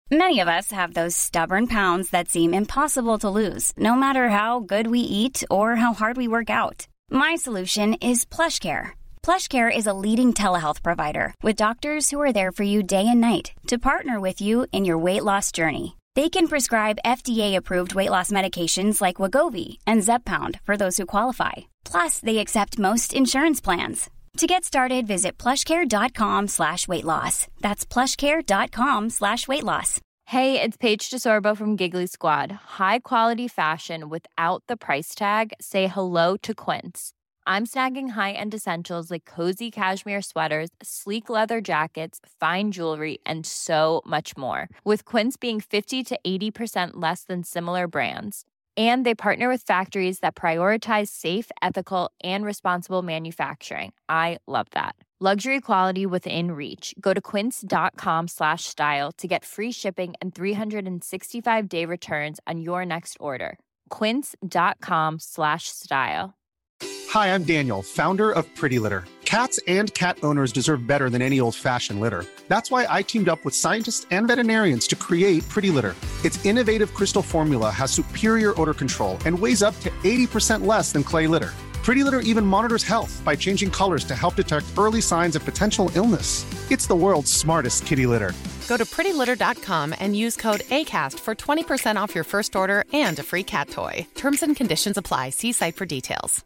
Many of us have those stubborn pounds that seem impossible to lose, no matter how good we eat or how hard we work out. My solution is PlushCare. PlushCare is a leading telehealth provider with doctors who are there for you day and night to partner with you in your weight loss journey. They can prescribe FDA-approved weight loss medications like Wegovy and Zepbound for those who qualify. Plus, they accept most insurance plans. To get started, visit plushcare.com/weightloss. That's plushcare.com/weightloss. Hey, it's Paige DeSorbo from Giggly Squad. High quality fashion without the price tag. Say hello to Quince. I'm snagging high-end essentials like cozy cashmere sweaters, sleek leather jackets, fine jewelry, and so much more. With Quince being 50 to 80% less than similar brands. And they partner with factories that prioritize safe, ethical, and responsible manufacturing. I love that. Luxury quality within reach. Go to quince.com/style to get free shipping and 365-day returns on your next order. Quince.com/style. Hi, I'm Daniel, founder of Pretty Litter. Cats and cat owners deserve better than any old-fashioned litter. That's why I teamed up with scientists and veterinarians to create Pretty Litter. Its innovative crystal formula has superior odor control and weighs up to 80% less than clay litter. Pretty Litter even monitors health by changing colors to help detect early signs of potential illness. It's the world's smartest kitty litter. Go to prettylitter.com and use code ACAST for 20% off your first order and a free cat toy. Terms and conditions apply. See site for details.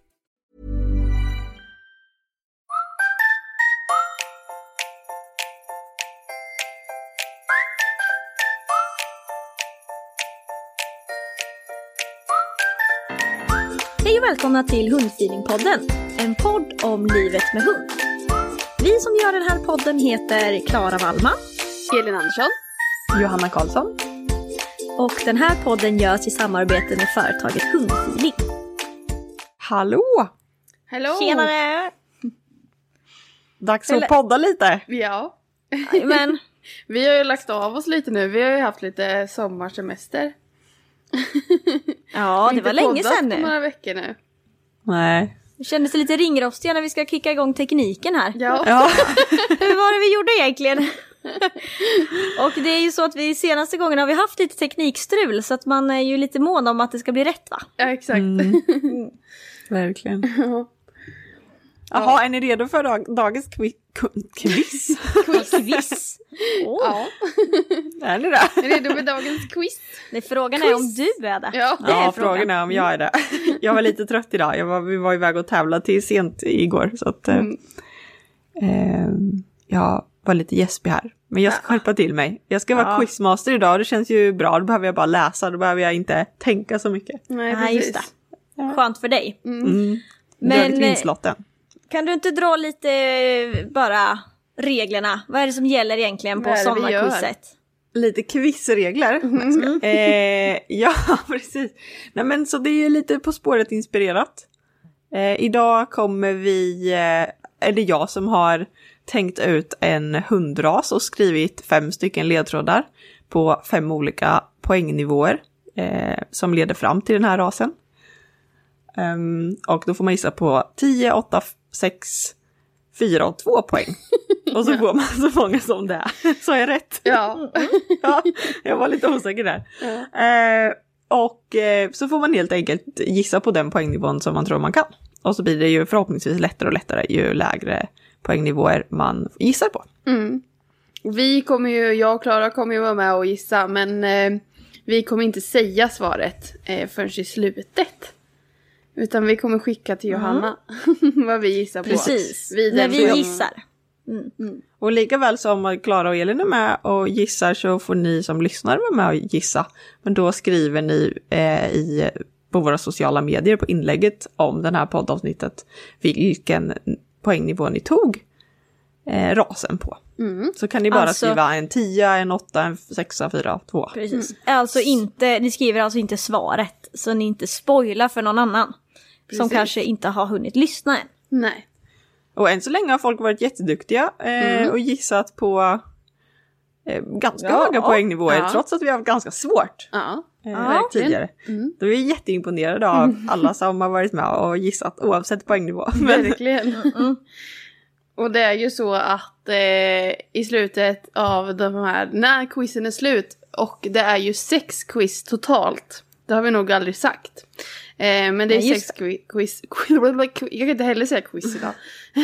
Hej och välkomna till Hundfeelingpodden, en podd om livet med hund. Vi som gör den här podden heter Klara Wallman, Elin Andersson, Johanna Karlsson. Och den här podden görs i samarbete med företaget Hundfeeling. Hallå! Hallå! Tjenare! Dags att podda lite. Ja. Men Vi har ju lagt av oss lite nu. Vi har ju haft lite sommarsemester. ja, det var länge sedan nu. nu. Några veckor nu. Nej. Det kändes lite ringrostiga när vi ska kicka igång tekniken här. Ja. Hur var det vi gjorde egentligen? Och det är ju så att vi senaste gången har vi haft lite teknikstrul, så att man är ju lite mån om att det ska bli rätt, va? Ja, exakt. Verkligen. Ja. Jaha, är ni redo för dagens quiz? Quiz. Ja. Är ni det? Är redo för dagens quiz? Nej, frågan är om du är det. Ja, Ja, frågan är om jag är det. Jag var lite trött idag. Vi var iväg och tävla till sent igår. Så att jag var lite gäspig här. Men jag ska skärpa till mig. Jag ska vara quizmaster idag. Det känns ju bra. Då behöver jag bara läsa. Då behöver jag inte tänka så mycket. Nej, Nej, just det. Skönt för dig. Men vinstlotten. Kan du inte dra lite bara reglerna? Vad är det som gäller egentligen på sommarquizet? Lite quizregler. Ja, precis. Nej, men så det är lite På spåret inspirerat. Idag kommer är det jag som har tänkt ut en hundras och skrivit 5 stycken ledtrådar på 5 olika poängnivåer som leder fram till den här rasen. Och då får man gissa på 10, 8, 6, 4 och 2 poäng. Och så får man så många som det är. Så är rätt. Ja. Ja, jag var lite osäker där. Ja. Och så får man helt enkelt gissa på den poängnivån som man tror man kan. Och så blir det ju förhoppningsvis lättare och lättare ju lägre poängnivåer man gissar på. Jag och Klara kommer ju vara med och gissa, men vi kommer inte säga svaret förrän i slutet. Utan vi kommer skicka till Johanna vad vi gissar på. Precis, när vi gissar. Och lika väl som Klara och Elin är med och gissar, så får ni som lyssnar vara med och gissa. Men då skriver ni på våra sociala medier på inlägget om den här poddavsnittet vilken poängnivå ni tog rasen på. Så kan ni bara skriva en 10, en 8, en 6, 4, 2. Precis. Alltså ni skriver alltså inte svaret, så ni inte spoilar för någon annan. Precis. Som kanske inte har hunnit lyssna än. Nej. Och än så länge har folk varit jätteduktiga och gissat på ganska höga poängnivåer, trots att vi har haft ganska svårt tidigare. Då är vi jätteimponerade av alla som har varit med och gissat oavsett poängnivå. Verkligen. Och det är ju så att i slutet av de här, när quizen är slut, och det är ju 6 quiz totalt. Det har vi nog aldrig sagt. Men det är 6 quiz. Jag kan inte heller säga quiz idag.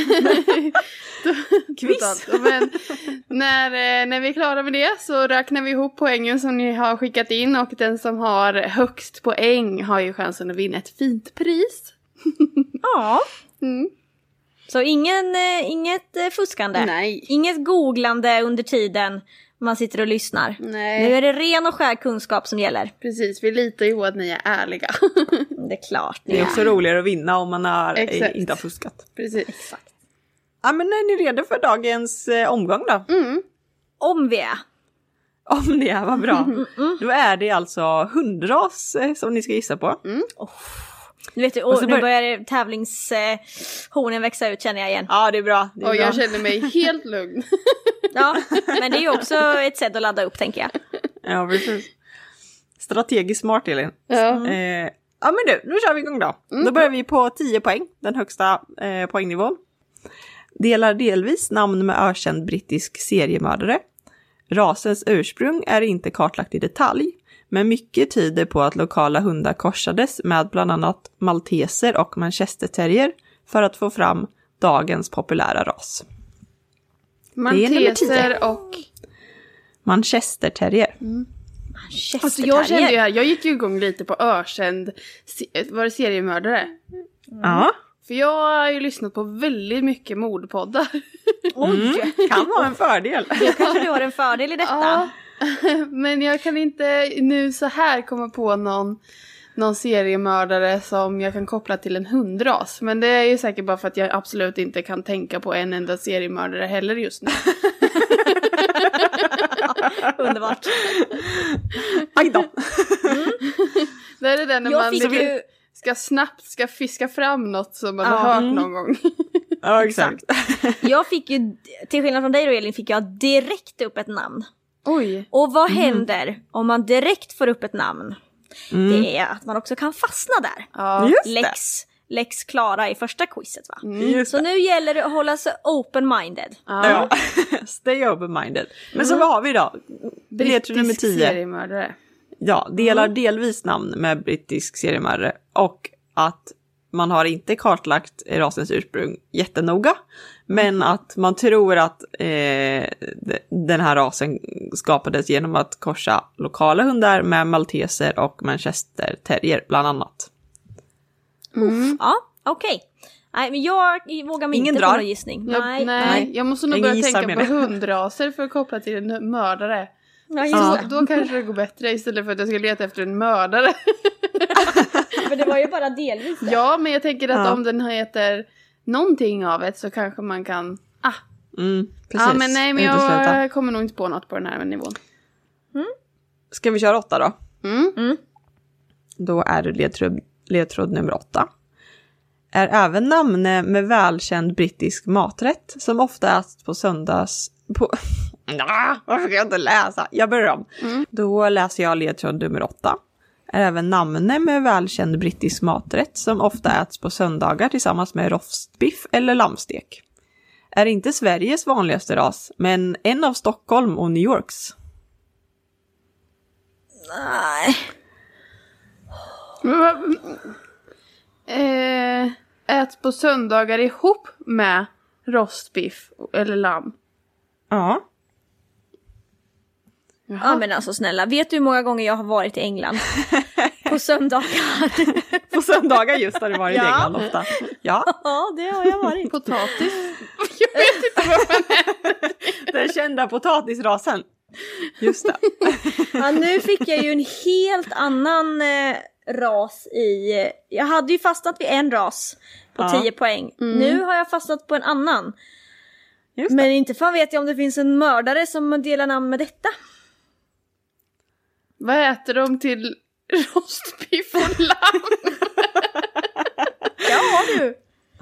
Quiz. Men när vi är klara med det så räknar vi ihop poängen som ni har skickat in. Och den som har högst poäng har ju chansen att vinna ett fint pris. Ja. Mm. Så inget fuskande. Nej. Inget googlande under tiden man sitter och lyssnar. Nej. Nu är det ren och skär kunskap som gäller. Precis, vi litar ju på att ni är ärliga. Det är klart. Det är också roligare att vinna om man inte har fuskat. Precis. Exakt. Ja, men är ni redo för dagens omgång då? Mm. Om vi är. Om det var bra. Då är det alltså hundras som ni ska gissa på. Du vet, Och så nu börjar tävlingshornen växa ut, känner jag igen. Ja, det är bra. Det är Och bra. jag känner mig helt lugn. Ja, men det är ju också ett sätt att ladda upp, tänker jag. Ja, precis. Strategiskt smart, Elin. Ja. Ja, men nu kör vi igång då. Då börjar vi på 10 poäng, den högsta poängnivån. Delar delvis namn med ökänd brittisk seriemördare. Rasens ursprung är inte kartlagt i detalj, men mycket tyder på att lokala hundar korsades med bland annat malteser och manchesterterrier för att få fram dagens populära ras. Malteser och... Manchesterterrier. Alltså jag kände ju här, jag gick ju igång lite på ökänd, var det seriemördare? Ja. För jag har ju lyssnat på väldigt mycket mordpoddar. Oj! Kan vara en fördel. Jag kanske du har en fördel i detta. Ja, men jag kan inte nu så här komma på någon seriemördare som jag kan koppla till en hundras. Men det är ju säkert bara för att jag absolut inte kan tänka på en enda seriemördare heller just nu. Underbart. Aj då. Det är det när man ska fiska fram något som man har hört någon gång. Ja, exakt. Jag fick ju, till skillnad från dig då Elin, fick jag direkt upp ett namn. Oj. Och vad händer om man direkt får upp ett namn? Det är att man också kan fastna där. Ja. Just det. Lex Klara i första quizet, va? Just Så det. nu gäller det att hålla sig open-minded. Ja. Stay open-minded. Men så vad har vi då? Ledtråd nummer 10. Seriemördare. Ja, delar delvis namn med brittisk seriemördare. Och att man har inte kartlagt rasens ursprung jättenoga. Men att man tror att den här rasen skapades genom att korsa lokala hundar med malteser och manchesterterrier bland annat. Ja, okej. Nej, men jag vågar mig Ingen inte drar. på någon gissning. Nej, jag måste nog Ingen börja gissar, tänka på menar jag. hundraser för att koppla till en mördare. Ja, just det. Då kanske det går bättre istället för att jag ska leta efter en mördare. Men det var ju bara delvis det. Ja, men jag tänker att om den heter någonting av ett så kanske man kan... Precis. Ja, men nej, men Utesluta. jag kommer nog inte på något på den här nivån. Ska vi köra 8 då? Mm. Då är det ledtråd nummer 8. Är även namne med välkänd brittisk maträtt som ofta äts på söndags... varför kan jag inte läsa? Jag börjar om. Då läser jag ledtråd nummer 8. Är även namne med välkänd brittisk maträtt som ofta äts på söndagar tillsammans med rostbiff eller lammstek. Är inte Sveriges vanligaste ras, men en av Stockholm och New Yorks. Nej. Äts på söndagar ihop med rostbiff eller lamm. Ja. Ja, men alltså snälla, vet du hur många gånger jag har varit i England? På söndagar. På söndagar just har det varit i England ofta. Ja. Ja, det har jag varit. Potatis. Jag vet inte vad man är. Den kända potatisrasen. Just det. Ja, nu fick jag ju en helt annan ras i... Jag hade ju fastnat vid en ras på 10 poäng. Nu har jag fastnat på en annan. Just det. Men inte fan vet jag om det finns en mördare som delar namn med detta. Vad äter de till rostbiff och lamm? Ja, du.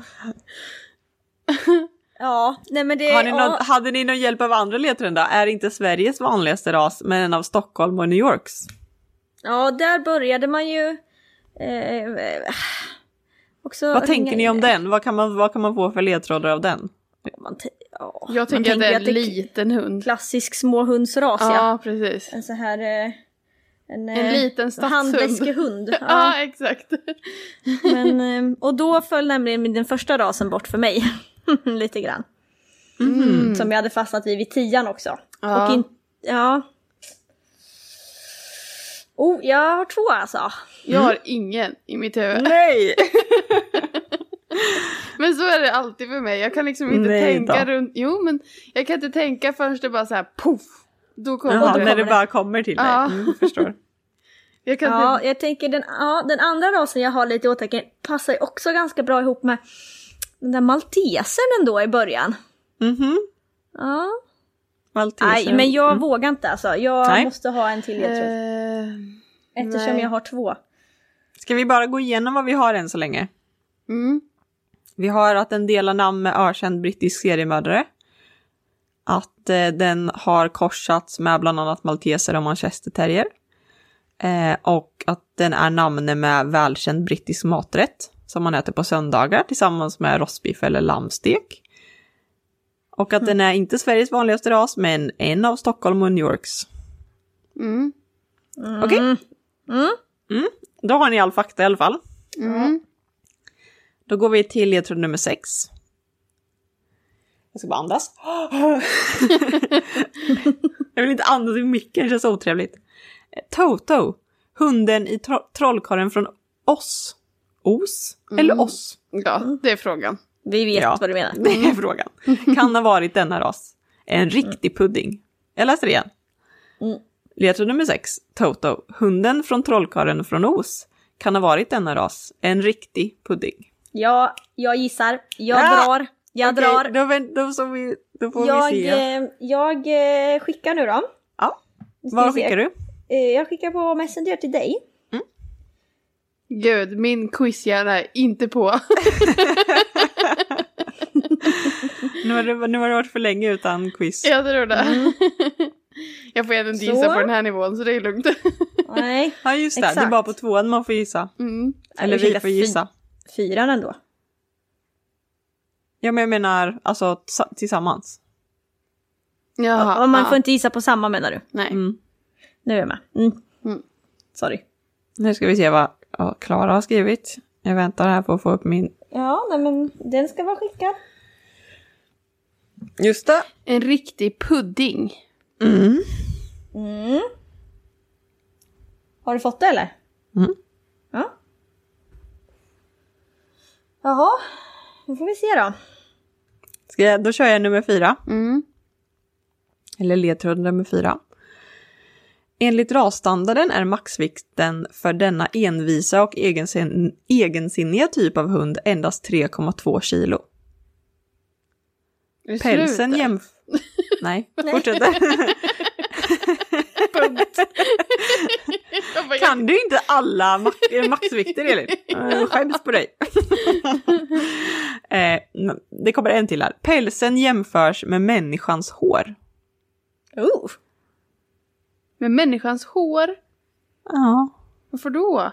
Ja, nej men det... Hade ni någon hjälp av andra ledtrådar då? Är inte Sveriges vanligaste ras, men en av Stockholm och New Yorks? Ja, där började man ju... också Vad tänker ni om den? Vad kan man få för ledtrådar av den? Jag tänker att det är en liten hund. Klassisk småhundsras, ja. Precis. En så här... En liten stadshund. Handväskehund. Ja, exakt. Men, och då föll nämligen den första rasen bort för mig. Lite grann. Som jag hade fastnat vid 10 också. Ja. Och jag har 2 alltså. Jag har ingen i mitt huvud. Nej! Men så är det alltid för mig. Jag kan liksom inte tänka runt... Jo, men jag kan inte tänka förrän det bara så här poff. Då kommer det. När det bara kommer till dig. Ja. Förstår. Jag tänker den andra rasen jag har lite i åtanke passar ju också ganska bra ihop med den där maltesern ändå i början. Ja. Maltesern. Nej, men jag vågar inte alltså. Jag måste ha en till ledtråd. Eftersom jag har 2. Ska vi bara gå igenom vad vi har än så länge? Vi har att den delar namn med ökänd brittisk seriemördare. Att den har korsats med bland annat malteser och manchester terrier. Och att den är namne med välkänd brittisk maträtt som man äter på söndagar tillsammans med rostbiff eller lammstek. Och att den är inte Sveriges vanligaste ras, men en av Stockholm och New Yorks. Okej? Då har ni all fakta i alla fall. Då går vi till ledtråd nummer 6. Jag ska bara andas. Jag vill inte andas i micken, det känns så otrevligt. Toto, hunden i trollkarlen från Oz. Os eller Oss? Ja, det är frågan. Vi vet vad du menar. Det är frågan. Kan ha varit denna ras. En riktig pudding. Jag läser det igen. Ledtråd nummer 6. Toto, hunden från trollkarlen från Os. Kan ha varit denna ras. En riktig pudding. Ja, jag gissar. Jag drar. Jag drar. Då får vi se. Jag skickar nu då. Ja. Vad skickar du? Jag skickar på Messenger till dig. Gud, min quizhjärna är inte på. Nu har det varit för länge utan quiz. Jag tror det. Jag får ändå inte gissa på den här nivån, så det är lugnt. Nej, ja, just det. Exakt. Det är bara på 2 man får gissa. Eller vi får gissa. 4 ändå. Ja, men jag menar alltså tillsammans. Ja, man får inte gissa på samma, menar du? Nej. Nu är jag med. Sorry. Nu ska vi se vad Klara har skrivit. Jag väntar här på att få upp min... Ja, nej, men den ska vara skickad. Just det. En riktig pudding. Har du fått det eller? Ja. Jaha, nu får vi se då. Då kör jag nummer 4. Eller ledtråd nummer 4. Enligt rasstandarden är maxvikten för denna envisa och egensinniga typ av hund endast 3,2 kilo. Pälsen Nej, fortsätter. Kan du inte alla maxvikter, Elin? Skäms på dig. Det kommer en till här. Pälsen jämförs med människans hår. Med människans hår? Ja. Varför då?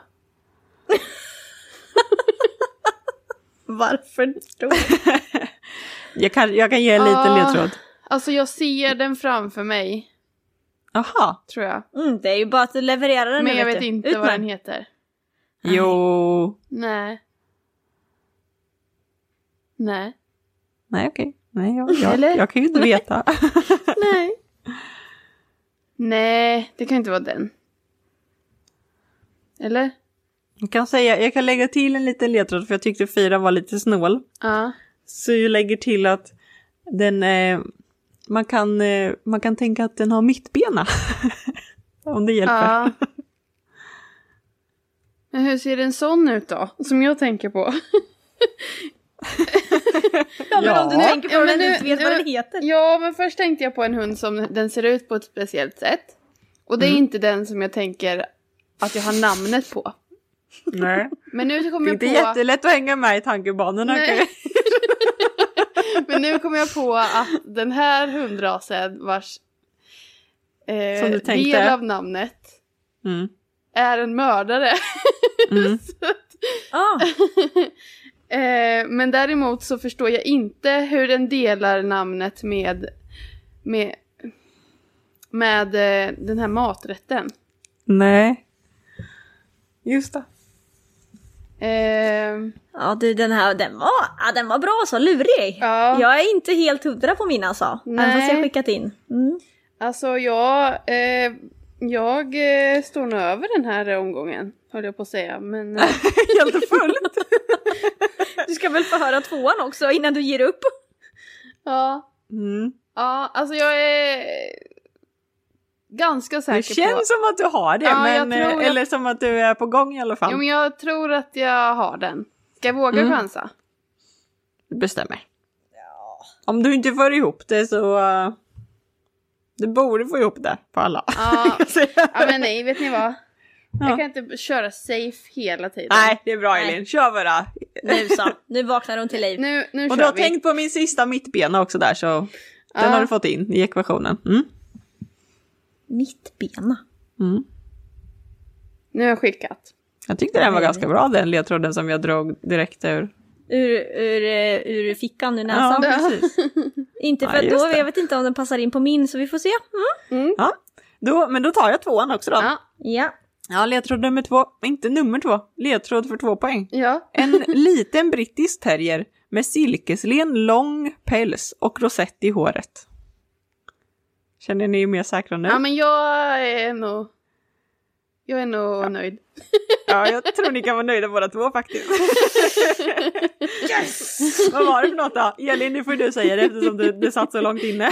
Varför då? Jag kan ge en liten ledtråd. Alltså jag ser den framför mig. Aha. Tror jag. Det är ju bara att du levererar den. Men jag vet inte vad den heter. Jo. Nej, okej. Nej, jag kan ju inte veta. Nej, det kan inte vara den. Eller? Jag kan lägga till en liten ledtråd, för jag tyckte 4 var lite snål. Så jag lägger till att den man kan tänka att den har mittbena. Om det hjälper. Men hur ser en sån ut då? Som jag tänker på. Men om du tänker på den, du vet vad den heter. Ja, men först tänkte jag på en hund som den ser ut på ett speciellt sätt. Och det är inte den som jag tänker att jag har namnet på. Nej. Men nu kommer jag på... Det är inte jättelätt att hänga med i tankebanorna. Nej. Men nu kommer jag på att den här hundrasen vars del av namnet är en mördare. Men däremot så förstår jag inte hur den delar namnet med den här maträtten. Nej. Just det. Ja du, den var bra så, lurig. Ja. Jag är inte helt 100 på min alltså. Nej. Även fast jag skickat in. Alltså jag står nog över den här omgången, höll jag på att säga. Men Helt fullt. Du ska väl få höra 2:an också innan du ger upp. ja. Ja, alltså jag är ganska säker på... Det känns som att du har det, Ja, men, eller som att du är på gång i alla fall. Jo, men jag tror att jag har den. Ska jag våga chansa? Du bestämmer. Ja. Om du inte får ihop det så... du borde få ihop det på alla. Ja, men nej, vet ni vad? Jag kan inte köra safe hela tiden. Nej, det är bra Elin. Kör bara. Nu så, nu vaknar hon till liv. Nu och du har tänkt på min sista mittbena också där, så den har du fått in i ekvationen. Mittbena. Nu har jag skickat. Jag tyckte den var ganska bra, den ledtråden som jag drog direkt ur fickan, ur näsan. Ja, precis. Inte för att då, jag vet inte om den passar in på min, så vi får se. Ja, men då tar jag 2:an också då. Ja. Ja, ledtråd nummer 2. Inte nummer 2. Ledtråd för 2 poäng. Ja. En liten brittisk terrier med silkeslen, lång päls och rosett i håret. Känner ni mer säkra nu? Ja, men jag är nog nöjd. Ja, jag tror ni kan vara nöjda båda 2 faktiskt. Yes! Vad var det för något då? Elin, nu får du säga det eftersom det satt så långt inne.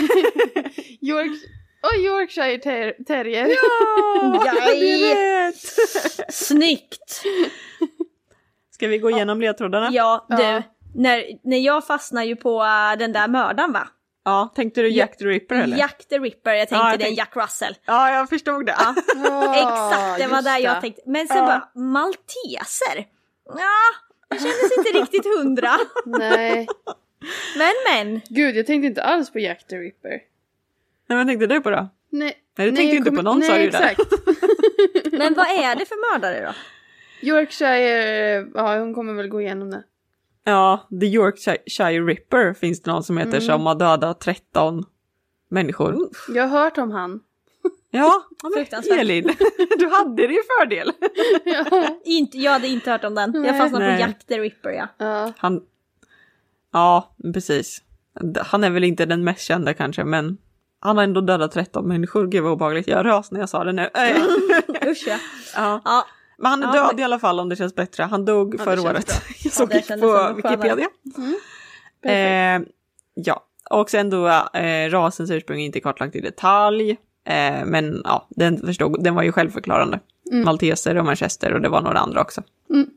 Yorkshire terrier. Ja, det är rätt! Snyggt! Ska vi gå igenom ledtrådarna? Ja, du. När jag fastnar ju på den där mördaren, va? Ja, tänkte du Jack the Ripper eller? Jack the Ripper, jag tänkte det är Jack Russell. Ja, jag förstod det. Ja. Exakt, det var där jag tänkte. Men sen bara, malteser? Ja, det kändes inte riktigt 100. Nej. Men. Gud, jag tänkte inte alls på Jack the Ripper. Nej, vad tänkte du på då? Nej, du tänkte inte på någon, sa du där. Men vad är det för mördare då? Yorkshire, ja, hon kommer väl gå igenom det. Ja, The Yorkshire Ripper finns det någon som heter som har dödat 13 människor. Jag har hört om han. Ja, men Elin, du hade det i fördel. Jag hade inte hört om den. Jag fastnade på Jack the Ripper, Ja, precis. Han är väl inte den mest kända kanske, men han har ändå dödat 13 människor. Gud vad obehagligt. Jag rös när jag sa det nu. Usch ja. Men han är död i alla fall, om det känns bättre. Han dog förra året. Jag såg på Wikipedia. Ja, och sen då rasens ursprung är inte kartlagt i detalj. Men ja, den var ju självförklarande. Malteser och manchester och det var några andra också.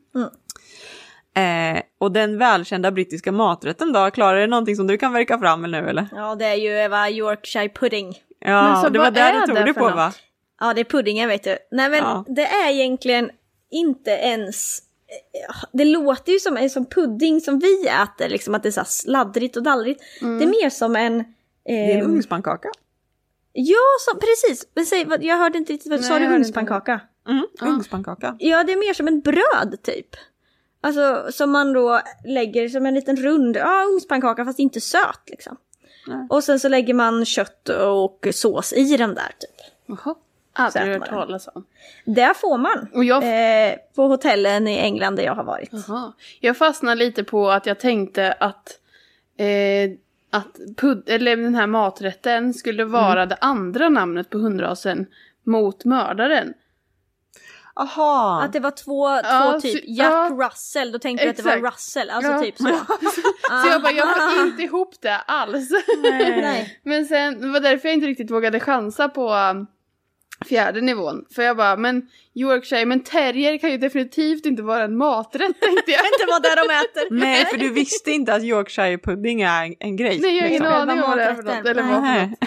Och den välkända brittiska maträtten då, Klara, är det någonting som du kan verka fram nu eller? Ja, det är ju Yorkshire pudding. Ja, så det var där du tog det på något? Va? Ja, det är puddingen, vet du. Nej, men det är egentligen inte ens... Det låter ju som pudding som vi äter, liksom att det är så sladdrigt och dallrigt. Det är mer som en... Det är en ugnspannkaka. Ja, precis. Jag hörde inte riktigt vad sa du, ugnspannkaka? Ugnspannkaka. Ja, det är mer som en bröd typ. Alltså som man då lägger som en liten rund ugnspannkaka, fast inte söt liksom. Och sen så lägger man kött och sås i den där typ. Jaha. Aldrig hört talas om. Där får man. Och på hotellen i England där jag har varit. Aha. Jag fastnade lite på att jag tänkte att den här maträtten skulle vara det andra namnet på hundrasen mot mördaren. Aha. Att det var två typ Jack Russell, då tänkte jag att det var Russell, alltså typ så. Så jag får inte ihop det alls. Nej. Men sen det var därför jag inte riktigt vågade chansa på fjärde nivån. För jag bara, men Yorkshire, men terrier kan ju definitivt inte vara en maträtt, tänkte jag. Inte vad där de äter. Nej, för du visste inte att Yorkshire pudding är en grej. Nej, jag har ingen aning om vad det är för något. Eller vad för något.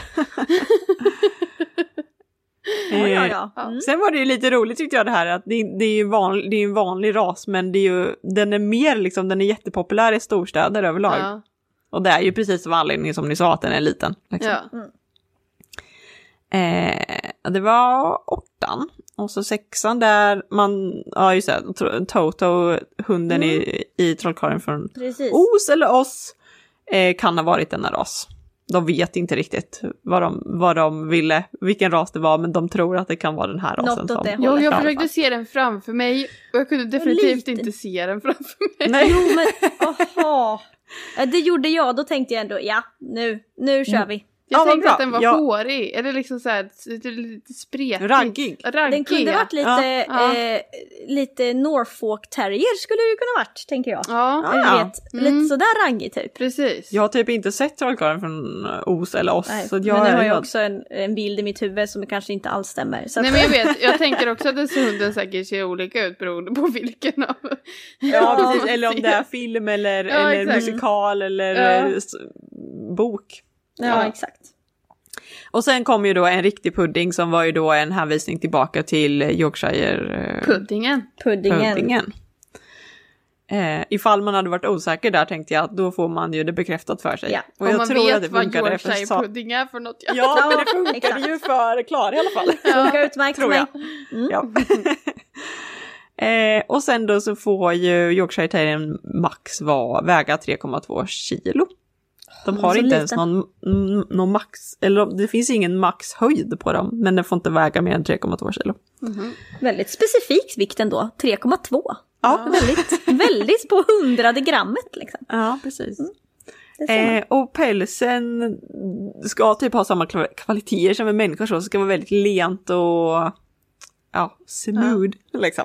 Sen var det ju lite roligt tyckte jag det här att det är ju en vanlig ras, men den är mer liksom, den är jättepopulär i storstäder överlag. Ja. Och det är ju precis av anledning som ni sa att den är liten. Liksom. Ja. Det var 8:an. Och så 6:an där just det, Toto, hunden i Trollkarlen från Os eller Oss, kan ha varit denna ras. De vet inte riktigt vad de ville, vilken ras det var, men de tror att det kan vara den här rasen. Jag försökte se den framför mig och jag kunde definitivt inte se den framför mig. Nej. Jo, men det gjorde jag, då tänkte jag ändå, nu kör vi. Jag tänkte att den var hårig, eller liksom såhär lite spretig. Raggig. Den kunde varit lite Norfolk Terrier skulle det ju kunna varit, tänker jag. Lite sådär raggig typ. Precis. Jag har typ inte sett Trollkarlen från Os eller Oss. Nej, så men nu har jag också en bild i mitt huvud som kanske inte alls stämmer. Så Nej, men jag tänker också att hunden säkert ser olika ut beroende på vilken av... Ja, precis. Eller om det är film eller musikal eller bok. Ja, exakt. Och sen kom ju då en riktig pudding som var ju då en hänvisning tillbaka till Yorkshire... Puddingen. Ifall man hade varit osäker där tänkte jag att då får man ju det bekräftat för sig. Ja. Och jag man tror vet att det funkade vad Yorkshire-pudding är för något. Ja, men det funkade ju för Klara i alla fall. Funkar utmärkt för mig. Ja. Och sen då så får ju Yorkshire Terriern max väga 3,2 kilo. De har inte ens någon max, eller det finns ingen maxhöjd på dem, men den får inte väga mer än 3,2 kilo. Väldigt specifik vikt ändå, 3,2. Ja, väldigt på 100 grammet liksom. Ja, precis. Och pälsen ska typ ha samma kvaliteter som en människa, så ska vara väldigt lent och smooth liksom.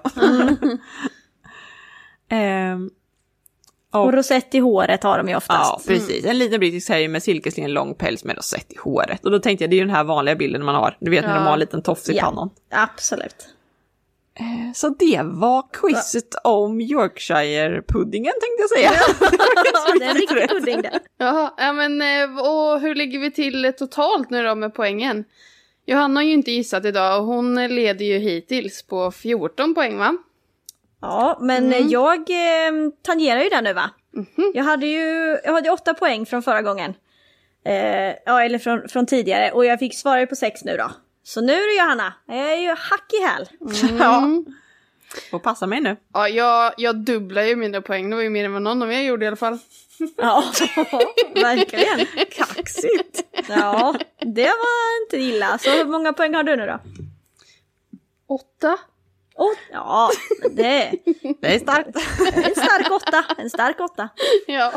Och rosett i håret har de ju oftast. Ja, precis. En liten brittisk terrier med silkeslen lång päls med rosett i håret. Och då tänkte jag, det är ju den här vanliga bilden man har. Du vet när de har en liten tofs i pannan. Absolut. Så det var quizet om Yorkshire-puddingen, tänkte jag säga. Det är en riktig pudding där. Ja, men och hur ligger vi till totalt nu då med poängen? Johanna har ju inte gissat idag och hon leder ju hittills på 14 poäng, va? Ja, men jag tangerar ju den nu, va? Jag hade 8 poäng från förra gången. Eller från tidigare. Och jag fick svara på 6 nu då. Så nu är det Johanna. Jag är ju hack i häl. Ja. Och passa mig nu. Ja, jag dubblar ju mina poäng. Det var ju mer än vad någon av er gjorde i alla fall. Ja, verkligen. Kaxigt. Ja, det var inte illa. Så hur många poäng har du nu då? 8. Ja, det är starkt. En stark 8. Ja.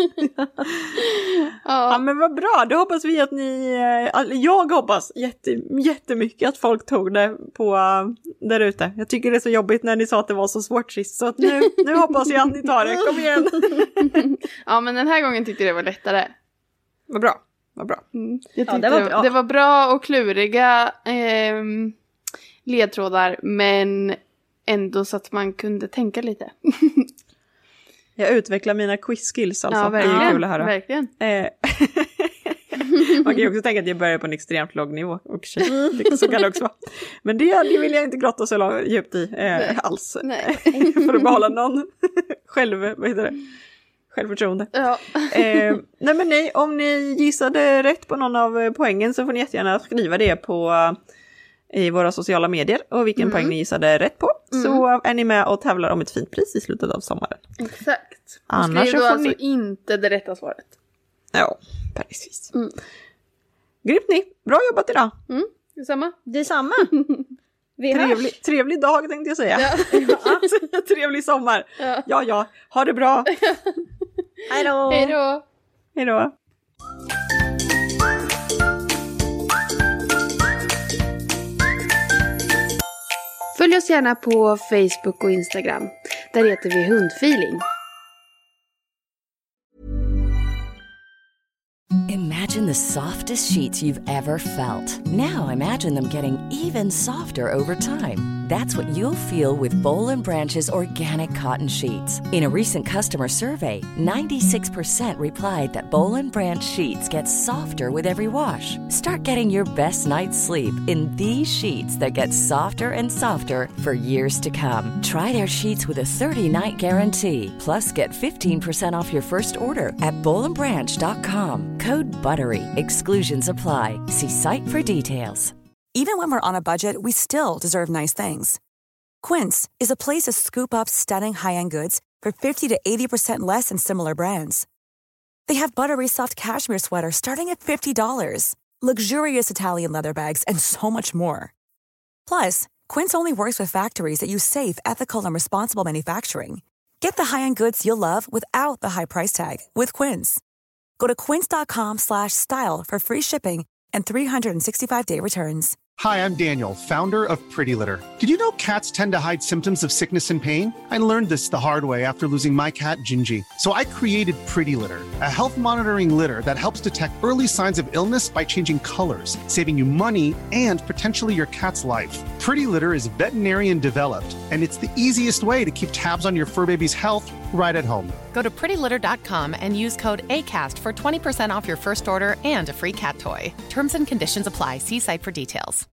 Ja, men vad bra. Då hoppas vi att jag hoppas jättemycket att folk tog det på där ute. Jag tycker det är så jobbigt när ni sa att det var så svårt sist. Så att nu hoppas jag att ni tar det. Kom igen. Ja, men den här gången tyckte jag det var lättare. Vad bra. Det var bra och kluriga ledtrådar, men ändå så att man kunde tänka lite. Jag utvecklar mina quiz-skills alltså. Ja, verkligen. Det är kul att höra. Verkligen. Man kan ju också tänka att jag börjar på en extremt låg nivå. Och så kan det också vara. Men det vill jag inte grotta så djupt i alls. Nej. För att behålla någon självförtroende. Ja. Nej, men om ni gissade rätt på någon av poängen så får ni jättegärna skriva det i våra sociala medier och vilken poäng ni gissade rätt på. Så är ni med och tävlar om ett fint pris i slutet av sommaren. Exakt. Annars skriv då får alltså ni inte det rätta svaret. Ja, precis. Grymt ni. Bra jobbat idag. Detsamma. Trevlig dag tänkte jag säga. Ja. Trevlig sommar. Ja. Ha det bra. Hej då. Hej då. Följ oss gärna på Facebook och Instagram. Där heter vi Hundfeeling. Imagine the softest sheets you've ever felt. Now imagine them getting even softer over time. That's what you'll feel with Boll & Branch's organic cotton sheets. In a recent customer survey, 96% replied that Boll & Branch sheets get softer with every wash. Start getting your best night's sleep in these sheets that get softer and softer for years to come. Try their sheets with a 30-night guarantee. Plus, get 15% off your first order at BollandBranch.com. Code BUTTERY. Exclusions apply. See site for details. Even when we're on a budget, we still deserve nice things. Quince is a place to scoop up stunning high-end goods for 50 to 80% less than similar brands. They have buttery soft cashmere sweaters starting at $50, luxurious Italian leather bags, and so much more. Plus, Quince only works with factories that use safe, ethical, and responsible manufacturing. Get the high-end goods you'll love without the high price tag with Quince. Go to quince.com/style for free shipping and 365-day returns. Hi, I'm Daniel, founder of Pretty Litter. Did you know cats tend to hide symptoms of sickness and pain? I learned this the hard way after losing my cat, Gingy. So I created Pretty Litter, a health monitoring litter that helps detect early signs of illness by changing colors, saving you money and potentially your cat's life. Pretty Litter is veterinarian developed, and it's the easiest way to keep tabs on your fur baby's health right at home. Go to prettylitter.com and use code ACAST for 20% off your first order and a free cat toy. Terms and conditions apply. See site for details.